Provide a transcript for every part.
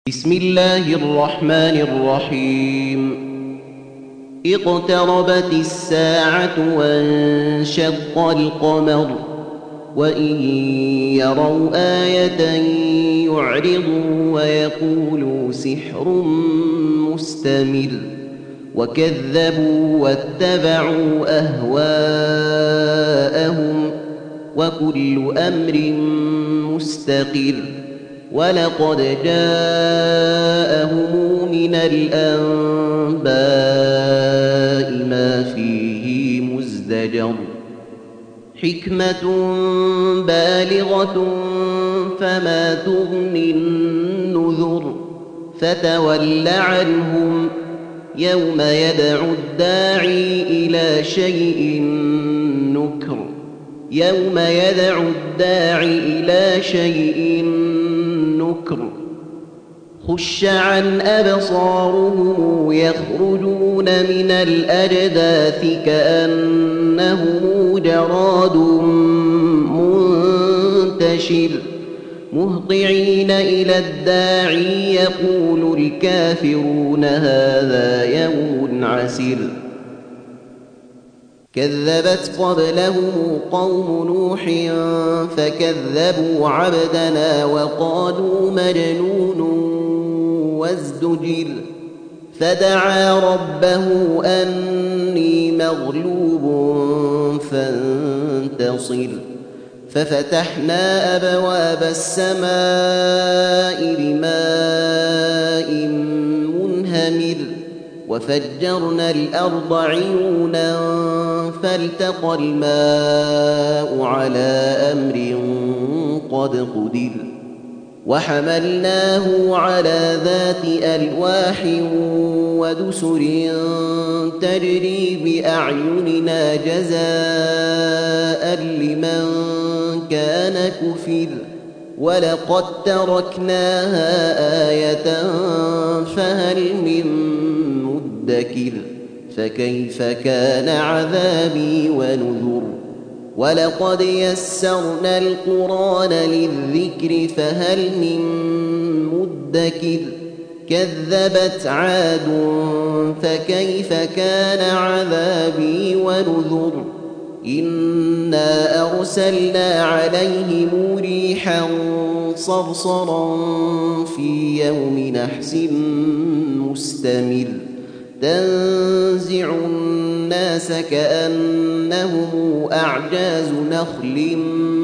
بسم الله الرحمن الرحيم اقتربت الساعة وانشق القمر وإن يروا آية يعرضوا ويقولوا سحر مستمر وكذبوا واتبعوا أهواءهم وكل أمر مستقر ولقد جاءهم من الأنباء ما فيه مزدجر حكمة بالغة فما تغني النذر فتول عنهم يوم يدعو الداعي إلى شيء نكر يوم يدعو الداعي إلى شيء نكر خش عن أبصارهم يخرجون من الأجداث كأنهم جراد منتشر مهطعين إلى الداعي يقول الكافرون هذا يوم عسر كذبت قبلهم قوم نوح فكذبوا عبدنا وقالوا مجنون وازدجر فدعا ربه أني مغلوب فانتصر ففتحنا أبواب السماء بماء منهمر وفجرنا الأرض عيونا فالتقى الماء على أمر قد قدر وحملناه على ذات ألواح ودسر تجري بأعيننا جزاء لمن كان كفر ولقد تركناها آية فهل من مدكر فكيف كان عذابي ونذر ولقد يسرنا القرآن للذكر فهل من مدكر كذبت عاد فكيف كان عذابي ونذر إنا أرسلنا عليهم ريحا صرصرا في يوم نحس مستمر تنزع الناس كأنهم أعجاز نخل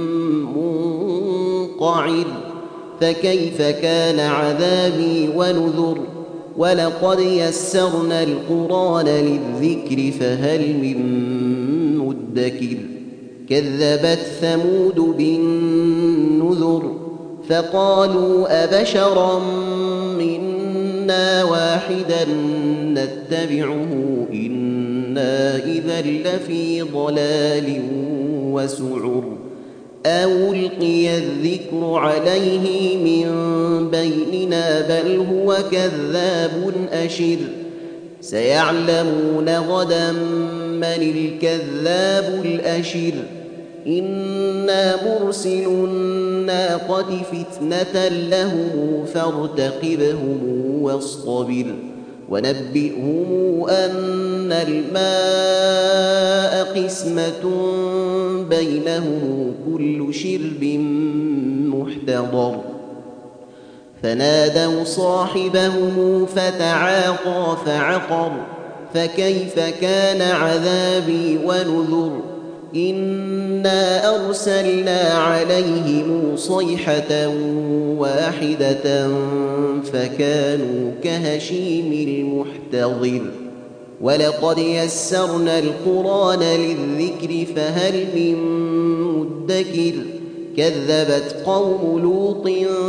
منقعر فكيف كان عذابي ونذر ولقد يسرنا القرآن للذكر فهل من مدكر كذبت ثمود بالنذر فقالوا أبشرا منا واحدا نتبعه إنا إذا لفي ضلال وسعر أو ألقي الذكر عليه من بيننا بل هو كذاب أشر سيعلمون غدا من الكذاب الأشر إنا مرسل الناقة فتنة لهم فارتقبهم واصطبر ونبئهم أن الماء قسمة بينهم كل شرب محتضر فنادوا صاحبهم فتعاطى فعقر فكيف كان عذابي ونذر إنا أرسلنا عليهم صيحة واحدة فكانوا كهشيم المحتضر ولقد يسرنا القرآن للذكر فهل من مدكر كذبت قوم لوط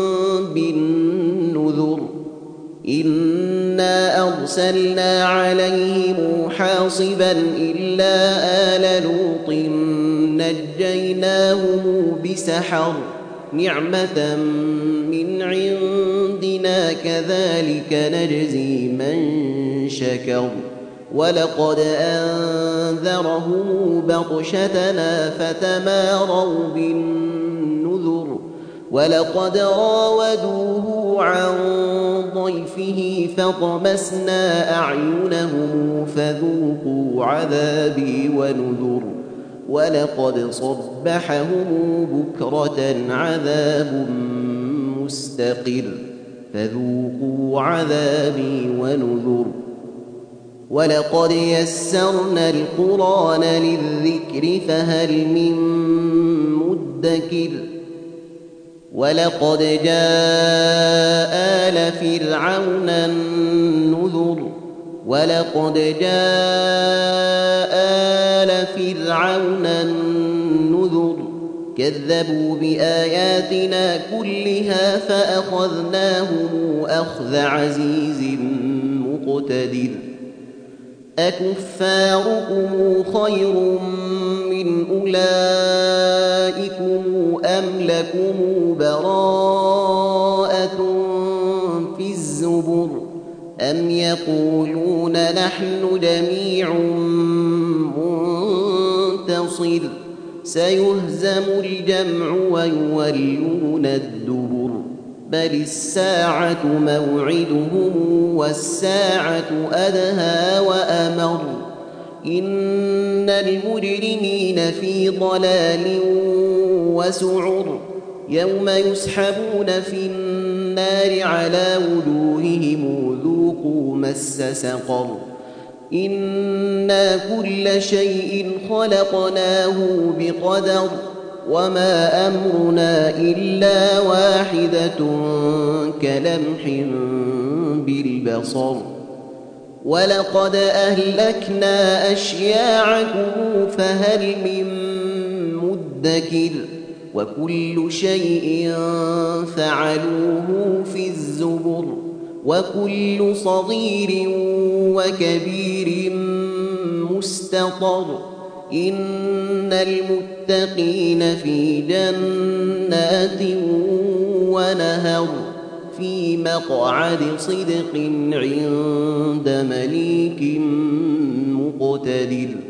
بالنذر إنا أرسلنا عليهم حاصبا إلا آل لوط نجيناهم بسحر نعمة من عندنا كذلك نجزي من شكر ولقد أنذرهم بطشتنا فتماروا بالنذر ولقد راودوه عن ضيفه فطمسنا أعينهم فذوقوا عذابي ونذر ولقد صبحهم بكرة عذاب مستقر فذوقوا عذابي ونذر ولقد يسرنا القرآن للذكر فهل من مدكر ولقد جاء آل فرعون النذر ولقد جاء آل فرعون النذر كذبوا بآياتنا كلها فأخذناهم أخذ عزيز مقتدر أكفاركم خير من أولئكم أم لكم براءة في الزبر أم يقولون نحن جميع منتصر سيهزم الجمع ويولون الدبر بل الساعة موعدهم والساعة أدهى وأمر إن المجرمين في ضلال وسعر يوم يسحبون في النار على وجوههم ذوقوا مس سقر إنا كل شيء خلقناه بقدر وما أمرنا إلا واحدة كلمح بالبصر ولقد أهلكنا أشياعكم فهل من مدكر وكل شيء فعلوه في الزبر وكل صغير وكبير مستطر إن المتقين في جنات ونهر في مقعد صدق عند مليك مقتدر